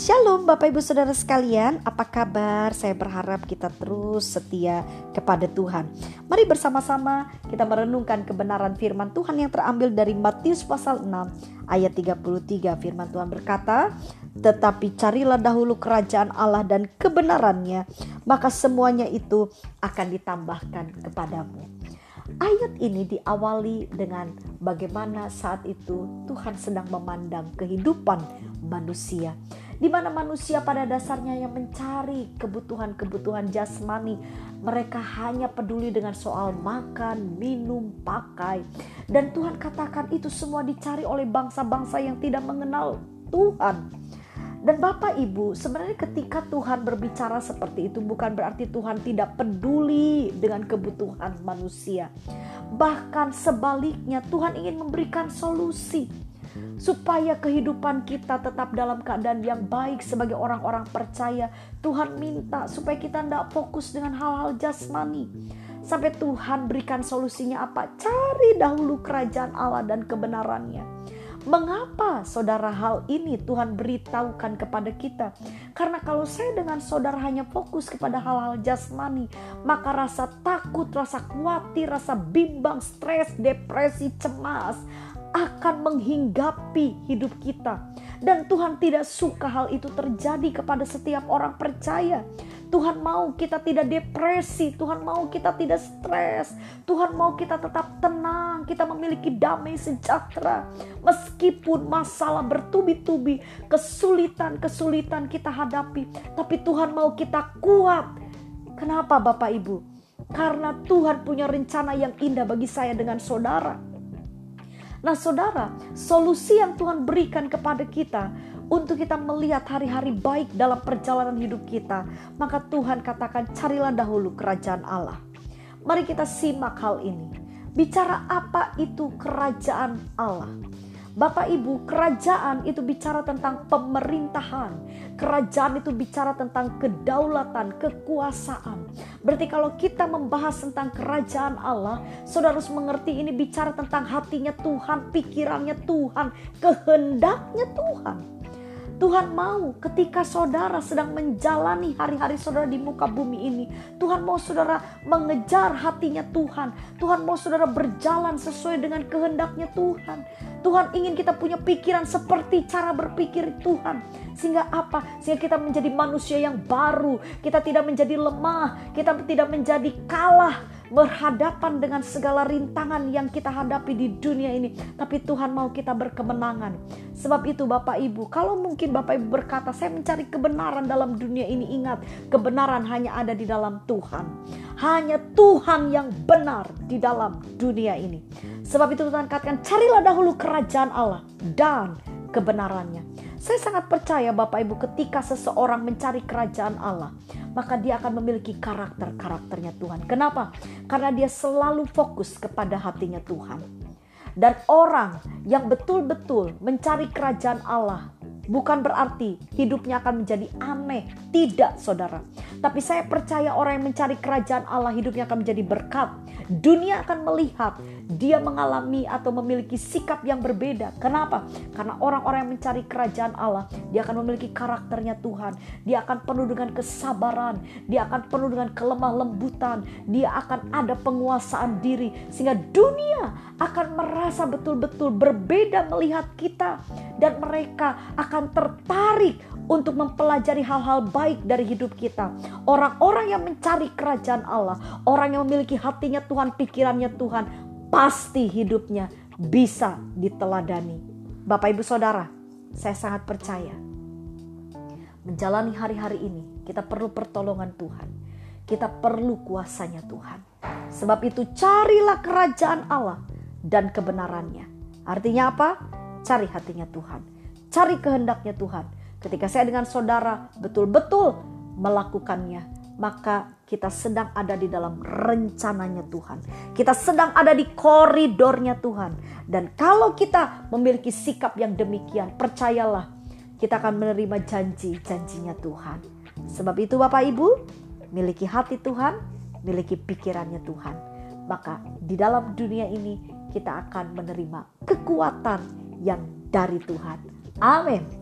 Shalom Bapak Ibu Saudara sekalian, apa kabar? Saya berharap kita terus setia kepada Tuhan. Mari bersama-sama kita merenungkan kebenaran firman Tuhan yang terambil dari Matius pasal 6 ayat 33. Firman Tuhan berkata, "Tetapi carilah dahulu kerajaan Allah dan kebenarannya, maka semuanya itu akan ditambahkan kepadamu." Ayat ini diawali dengan bagaimana saat itu Tuhan sedang memandang kehidupan manusia, di mana manusia pada dasarnya yang mencari kebutuhan-kebutuhan jasmani. Mereka hanya peduli dengan soal makan, minum, pakai. Dan Tuhan katakan itu semua dicari oleh bangsa-bangsa yang tidak mengenal Tuhan. Dan Bapak Ibu, sebenarnya ketika Tuhan berbicara seperti itu bukan berarti Tuhan tidak peduli dengan kebutuhan manusia. Bahkan sebaliknya, Tuhan ingin memberikan solusi supaya kehidupan kita tetap dalam keadaan yang baik sebagai orang-orang percaya. Tuhan minta supaya kita tidak fokus dengan hal-hal jasmani. Sampai Tuhan berikan solusinya apa? Cari dahulu kerajaan Allah dan kebenarannya. Mengapa saudara hal ini Tuhan beritahukan kepada kita? Karena kalau saya dengan saudara hanya fokus kepada hal-hal jasmani, maka rasa takut, rasa khawatir, rasa bimbang, stres, depresi, cemas akan menghinggapi hidup kita. Dan Tuhan tidak suka hal itu terjadi kepada setiap orang percaya. Tuhan mau kita tidak depresi, Tuhan mau kita tidak stres, Tuhan mau kita tetap tenang, kita memiliki damai sejahtera. Meskipun masalah bertubi-tubi, kesulitan kita hadapi, tapi Tuhan mau kita kuat. Kenapa Bapak Ibu? Karena Tuhan punya rencana yang indah bagi saya dengan saudara. Nah saudara, solusi yang Tuhan berikan kepada kita untuk kita melihat hari-hari baik dalam perjalanan hidup kita, maka Tuhan katakan carilah dahulu kerajaan Allah. Mari kita simak hal ini. Bicara apa itu kerajaan Allah? Bapak Ibu, kerajaan itu bicara tentang pemerintahan. Kerajaan itu bicara tentang kedaulatan, kekuasaan. Berarti kalau kita membahas tentang kerajaan Allah, saudara harus mengerti ini bicara tentang hatinya Tuhan, pikirannya Tuhan, kehendaknya Tuhan. Tuhan mau ketika saudara sedang menjalani hari-hari saudara di muka bumi ini, Tuhan mau saudara mengejar hatinya Tuhan. Tuhan mau saudara berjalan sesuai dengan kehendaknya Tuhan. Tuhan ingin kita punya pikiran seperti cara berpikir Tuhan. Sehingga apa? Sehingga kita menjadi manusia yang baru. Kita tidak menjadi lemah. Kita tidak menjadi kalah berhadapan dengan segala rintangan yang kita hadapi di dunia ini. Tapi Tuhan mau kita berkemenangan. Sebab itu Bapak Ibu, kalau mungkin Bapak Ibu berkata, saya mencari kebenaran dalam dunia ini. Ingat, kebenaran hanya ada di dalam Tuhan. Hanya Tuhan yang benar di dalam dunia ini. Sebab itu Tuhan katakan, carilah dahulu kerajaan Allah dan kebenarannya. Saya sangat percaya Bapak Ibu, ketika seseorang mencari kerajaan Allah, maka dia akan memiliki karakternya Tuhan. Kenapa? Karena dia selalu fokus kepada hatinya Tuhan. Dan orang yang betul-betul mencari kerajaan Allah, bukan berarti hidupnya akan menjadi aneh. Tidak saudara. Tapi saya percaya orang yang mencari kerajaan Allah, hidupnya akan menjadi berkat. Dunia akan melihat dia mengalami atau memiliki sikap yang berbeda. Kenapa? Karena orang-orang yang mencari kerajaan Allah, dia akan memiliki karakternya Tuhan. Dia akan penuh dengan kesabaran. Dia akan penuh dengan kelemah lembutan. Dia akan ada penguasaan diri. Sehingga dunia akan merasa betul-betul berbeda melihat kita. Dan mereka akan tertarik untuk mempelajari hal-hal baik dari hidup kita. Orang-orang yang mencari kerajaan Allah, orang yang memiliki hatinya Tuhan, pikirannya Tuhan, pasti hidupnya bisa diteladani. Bapak Ibu Saudara, saya sangat percaya menjalani hari-hari ini kita perlu pertolongan Tuhan. Kita perlu kuasanya Tuhan. Sebab itu carilah kerajaan Allah dan kebenarannya. Artinya apa? Cari hatinya Tuhan. Cari kehendaknya Tuhan. Ketika saya dengan saudara betul-betul melakukannya, maka kita sedang ada di dalam rencananya Tuhan. Kita sedang ada di koridornya Tuhan. Dan kalau kita memiliki sikap yang demikian, percayalah, kita akan menerima janji-janjinya Tuhan. Sebab itu Bapak Ibu, miliki hati Tuhan, miliki pikirannya Tuhan. Maka di dalam dunia ini kita akan menerima kekuatan yang dari Tuhan. Amin.